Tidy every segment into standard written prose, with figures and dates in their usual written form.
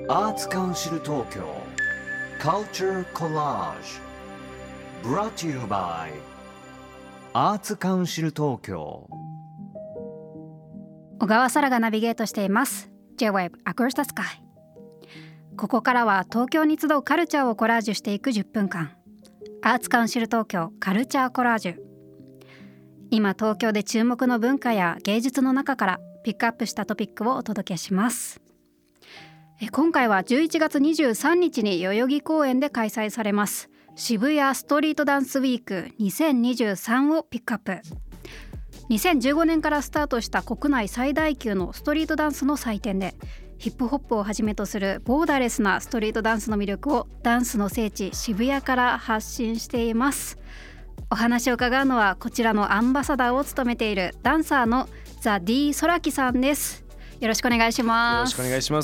Arts Council Tokyo Culture Collage Brought to you by Arts Council Tokyo。 小川沙羅がナビゲートしています J-Wave Across the Sky。 ここからは東京に集うカルチャーをコラージュしていく10分間、アーツカウンシル東京カルチャーコラージュ。今東京で注目の文化や芸術の中からピックアップしたトピックをお届けします。今回は11月23日に代々木公園で開催されます渋谷ストリートダンスウィーク2023をピックアップ。2015年からスタートした国内最大級のストリートダンスの祭典で、ヒップホップをはじめとするボーダーレスなストリートダンスの魅力をダンスの聖地渋谷から発信しています。お話を伺うのはこちらのアンバサダーを務めているダンサーのザ・D・ソラキさんです。よろしくお願いします。 よろしくお願いします。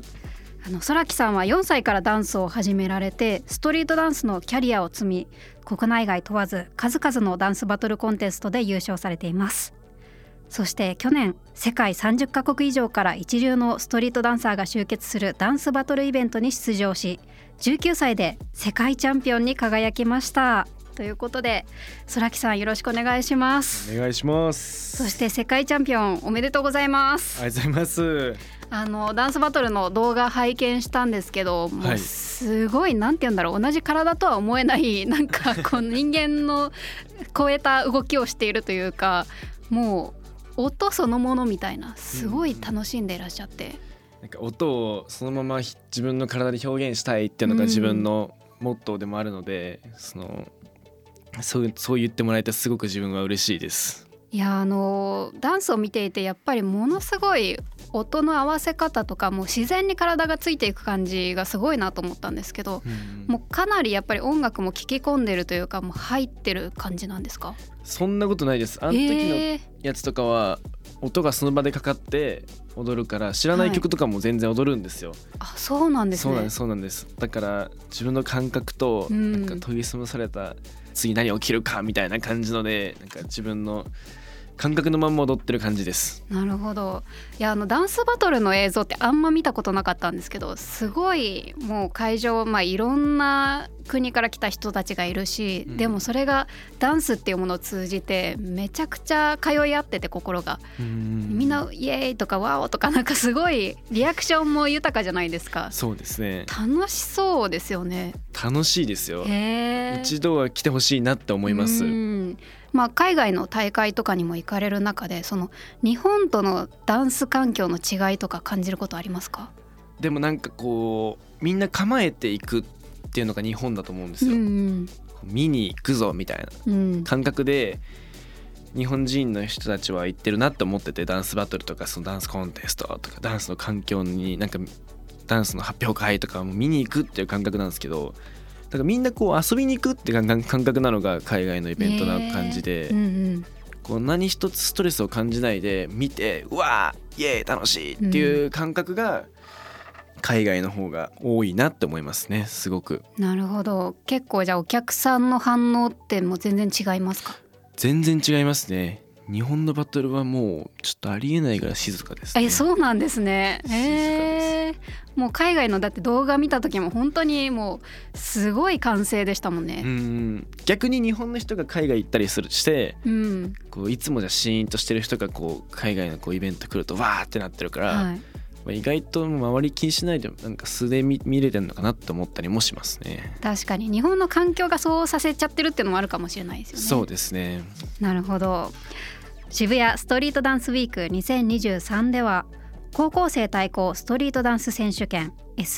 ソラキさんは4歳からダンスを始められて、ストリートダンスのキャリアを積み、国内外問わず数々のダンスバトルコンテストで優勝されています。そして去年、世界30カ国以上から一流のストリートダンサーが集結するダンスバトルイベントに出場し、19歳で世界チャンピオンに輝きました。ということで、ソラキさんよろしくお願いします。 お願いします。 そして世界チャンピオンおめでとうございます。 ありがとうございます。 ダンスバトルの動画拝見したんですけど、もうすごい、なんて言うんだろう、同じ体とは思えないなんかこう人間の超えた動きをしているというか、もう音そのものみたいな、すごい楽しんでいらっしゃって、 なんか音をそのまま自分の体で表現したいっていうのが自分のモットーでもあるので、そう言ってもらえてすごく自分は嬉しいです。 いや、ダンスを見ていてやっぱりものすごい音の合わせ方とか、もう自然に体がついていく感じがすごいなと思ったんですけど、もうかなりやっぱり音楽も聴き込んでるというか、もう入ってる感じなんですか？ そんなことないです。あの時のやつとかは音がその場でかかって踊るから、知らない曲とかも全然踊るんですよ。 あ、そうなんですね。 そうなんです。だから自分の感覚となんか研ぎ澄まされた次何起きるかみたいな感じので、なんか自分の感覚のまんま踊ってる感じです。 なるほど。いや、ダンスバトルの映像ってあんま見たことなかったんですけど、すごいもう会場、いろんな国から来た人たちがいるし、でもそれがダンスっていうものを通じてめちゃくちゃ通い合ってて、心がみんなイエーイとかワオとか、なんかすごいリアクションも豊かじゃないですか。 そうですね。 楽しそうですよね。 楽しいですよ。一度は来てほしいなって思います。 海外の大会とかにも行かれる中で、その日本とのダンス環境の違いとか感じることありますか？ でもなんかこうみんな構えていくっていうのが日本だと思うんですよ。見に行くぞみたいな感覚で日本人の人たちは行ってるなって思ってて、ダンスバトルとかそのダンスコンテストとかダンスの環境に、なんかダンスの発表会とかも見に行くっていう感覚なんですけど、だからみんなこう遊びに行くって感覚なのが海外のイベントな感じで、こう何一つストレスを感じないで見て、うわーイエーイ楽しいっていう感覚が海外の方が多いなって思いますね。すごく。 なるほど。結構じゃあお客さんの反応ってもう全然違いますか？ 全然違いますね。日本のバトルはもうちょっとありえないぐらい静かですね。 そうなんですね。 静かです。 もう海外のだって動画見た時も本当にもうすごい歓声でしたもんね。 逆に日本の人が海外行ったりして、こういつもじゃシーンとしてる人がこう海外のこうイベント来るとわーってなってるから、意外と周り気にしないでなんか素で 見れてるのかなって思ったりもしますね。 確かに日本の環境がそうさせちゃってるっていうのもあるかもしれないですよね。 そうですね。 なるほど。渋谷ストリートダンスウィーク2023では、高校生対抗ストリートダンス選手権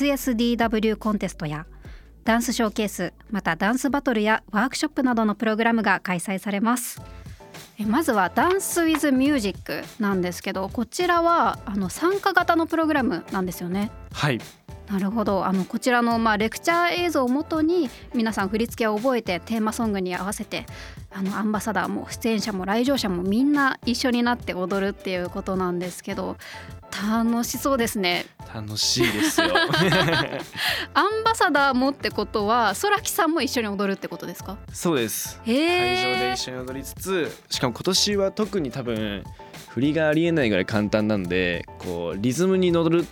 SSDW コンテストやダンスショーケース、またダンスバトルやワークショップなどのプログラムが開催されます。まずはダンスウィズミュージックなんですけど、こちらは参加型のプログラムなんですよね。 はい。 なるほど。こちらのレクチャー映像をもとに皆さん振り付けを覚えて、テーマソングに合わせてアンバサダーも出演者も来場者もみんな一緒になって踊るっていうことなんですけど、楽しそうですね。 楽しいですよアンバサダーもってことは、ソラキさんも一緒に踊るってことですか？ そうです。会場で一緒に踊りつつ、しかも今年は特に多分振りがありえないぐらい簡単なんで、こうリズムに乗る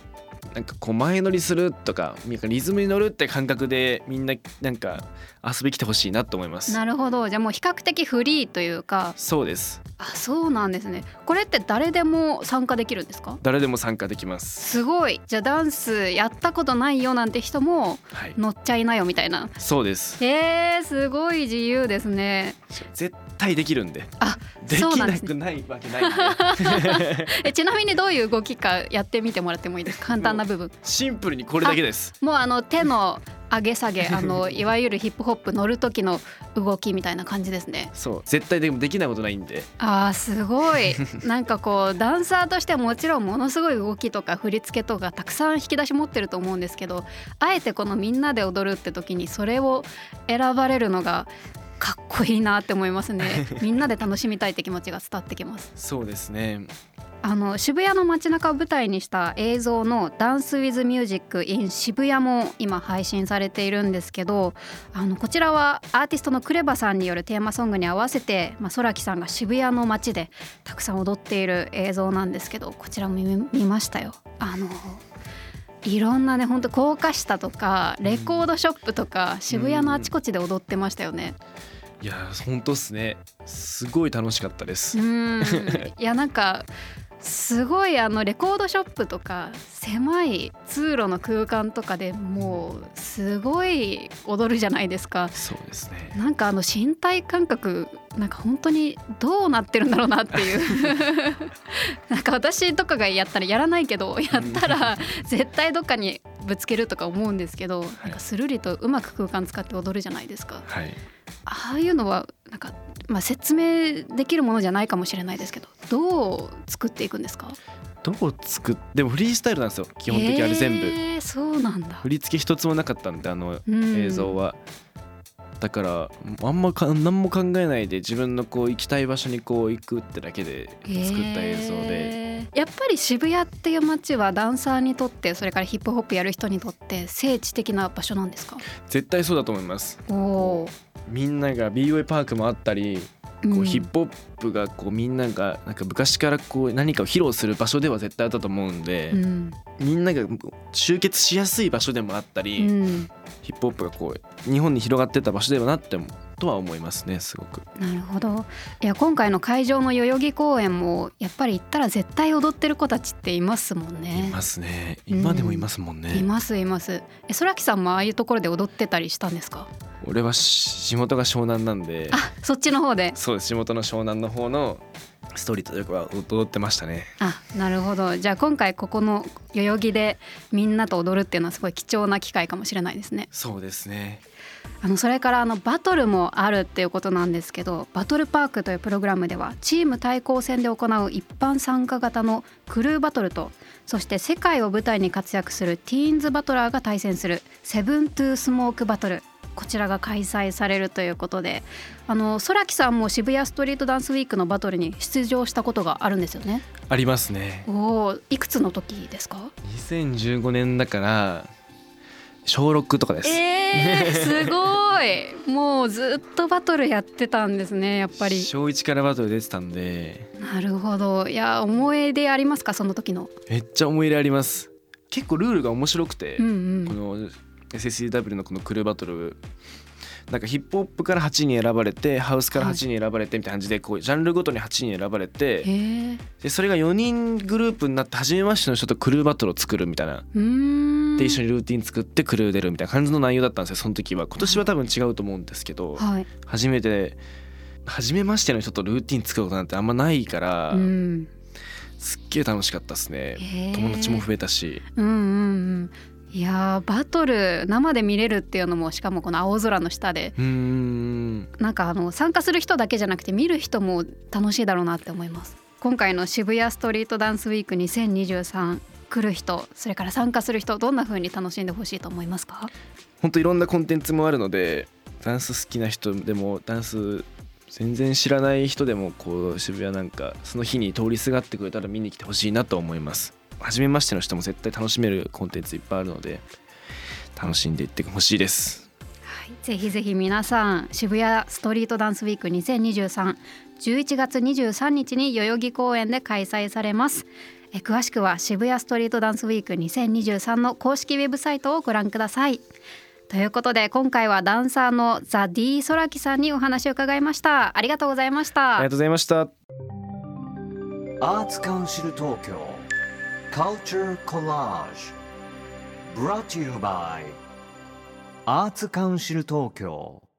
なんかこう前乗りするとかリズムに乗るって感覚でみんななんか遊び来てほしいなと思います。 なるほど。じゃあもう比較的フリーというか。 そうです。 そうなんですね。これって誰でも参加できるんですか？ 誰でも参加できます。 すごい。じゃあダンスやったことないよなんて人も乗っちゃいなよみたいな。 そうです。 すごい自由ですね。 絶対できるんで。できなくないわけないんで。 ちなみにどういう動きかやってみてもらってもいいですか？簡単な部分。 シンプルにこれだけです。 もう手の上げ下げいわゆるヒップホップ乗る時の動きみたいな感じですね。 そう絶対でもできないことないんで。 すごい。なんかこうダンサーとしてはもちろんものすごい動きとか振り付けとかたくさん引き出し持ってると思うんですけど、あえてこのみんなで踊るって時にそれを選ばれるのがかっこいいなって思いますね。みんなで楽しみたいって気持ちが伝わってきます。 そうですね。 渋谷の街中を舞台にした映像のダンスウィズミュージック in 渋谷も今配信されているんですけど、こちらはアーティストのクレバさんによるテーマソングに合わせて、空木さんが渋谷の街でたくさん踊っている映像なんですけど、こちらも 見ましたよ。いろんなね、本当高架下とかレコードショップとか渋谷のあちこちで踊ってましたよね。 いや本当っすね。すごい楽しかったです。 いやなんかすごいレコードショップとか狭い通路の空間とかでもうすごい踊るじゃないですか。 そうですね。 なんか身体感覚なんか本当にどうなってるんだろうなっていうなんか私とかがやったらやらないけど、やったら絶対どっかにぶつけるとか思うんですけど、なんかスルリとうまく空間使って踊るじゃないですか。 はい。 ああいうのはなんか、説明できるものじゃないかもしれないですけど、どう作っていくんですか？ でもフリースタイルなんですよ基本的に。あれ全部そうなんだ。 振り付け一つもなかったんで映像は。だから何も考えないで自分のこう行きたい場所にこう行くってだけで作った映像で、 やっぱり渋谷っていう街はダンサーにとって、それからヒップホップやる人にとって聖地的な場所なんですか？ 絶対そうだと思います。みんなが B-Way パークもあったり、こうヒップホップがこうみんながなんか昔からこう何かを披露する場所では絶対あったと思うんで、みんなが集結しやすい場所でもあったり、ヒップホップがこう日本に広がってた場所ではなってもとは思いますね。すごく。なるほど。いや今回の会場の代々木公園もやっぱり行ったら絶対踊ってる子たちっていますもんね。 いますね。今でもいますもんね。 いますいます。空木さんもああいうところで踊ってたりしたんですか？ 俺は地元が湘南なんで。 そっちの方で。 そうです。地元の湘南の方のストリートでは踊ってましたね。 なるほど。じゃあ今回ここの代々木でみんなと踊るっていうのはすごい貴重な機会かもしれないですね。 そうですね。 それからバトルもあるっていうことなんですけど、バトルパークというプログラムではチーム対抗戦で行う一般参加型のクルーバトルと、そして世界を舞台に活躍するティーンズバトラーが対戦するセブントゥースモークバトル、こちらが開催されるということで、空木さんも渋谷ストリートダンスウィークのバトルに出場したことがあるんですよね。 ありますね。 いくつの時ですか ？2015年だから小6とかです。 すごい。もうずっとバトルやってたんですね。やっぱり小1からバトル出てたんで。 なるほど。いや思い出ありますか？その時の。 めっちゃ思い入れあります。結構ルールが面白くて、このSSEW のこのクルーバトル、なんかヒップホップから8人選ばれて、ハウスから8人選ばれてみたいな感じで、こうジャンルごとに8人選ばれて、でそれが4人グループになって初めましての人とクルーバトルを作るみたいな、で一緒にルーティン作ってクルー出るみたいな感じの内容だったんですよ。その時は。今年は多分違うと思うんですけど、初めましての人とルーティン作ることなんてあんまないから、すっげえ楽しかったですね。友達も増えたし。 いやバトル生で見れるっていうのも、しかもこの青空の下で、なんか参加する人だけじゃなくて見る人も楽しいだろうなって思います。今回の渋谷ストリートダンスウィーク2023、来る人、それから参加する人、どんな風に楽しんでほしいと思いますか？ 本当いろんなコンテンツもあるので、ダンス好きな人でもダンス全然知らない人でもこう渋谷なんかその日に通りすがってくれたら見に来てほしいなと思います。初めましての人も絶対楽しめるコンテンツいっぱいあるので、楽しんでいってほしいです。 ぜひぜひ皆さん、渋谷ストリートダンスウィーク2023、11月23日に代々木公園で開催されます。 詳しくは渋谷ストリートダンスウィーク2023の公式ウェブサイトをご覧ください。ということで今回はダンサーのザ・ディ・ソラキさんにお話を伺いました。ありがとうございました。 ありがとうございました。 アーツカウンシル東京 Culture Collage Brought to you by アーツカウンシル東京。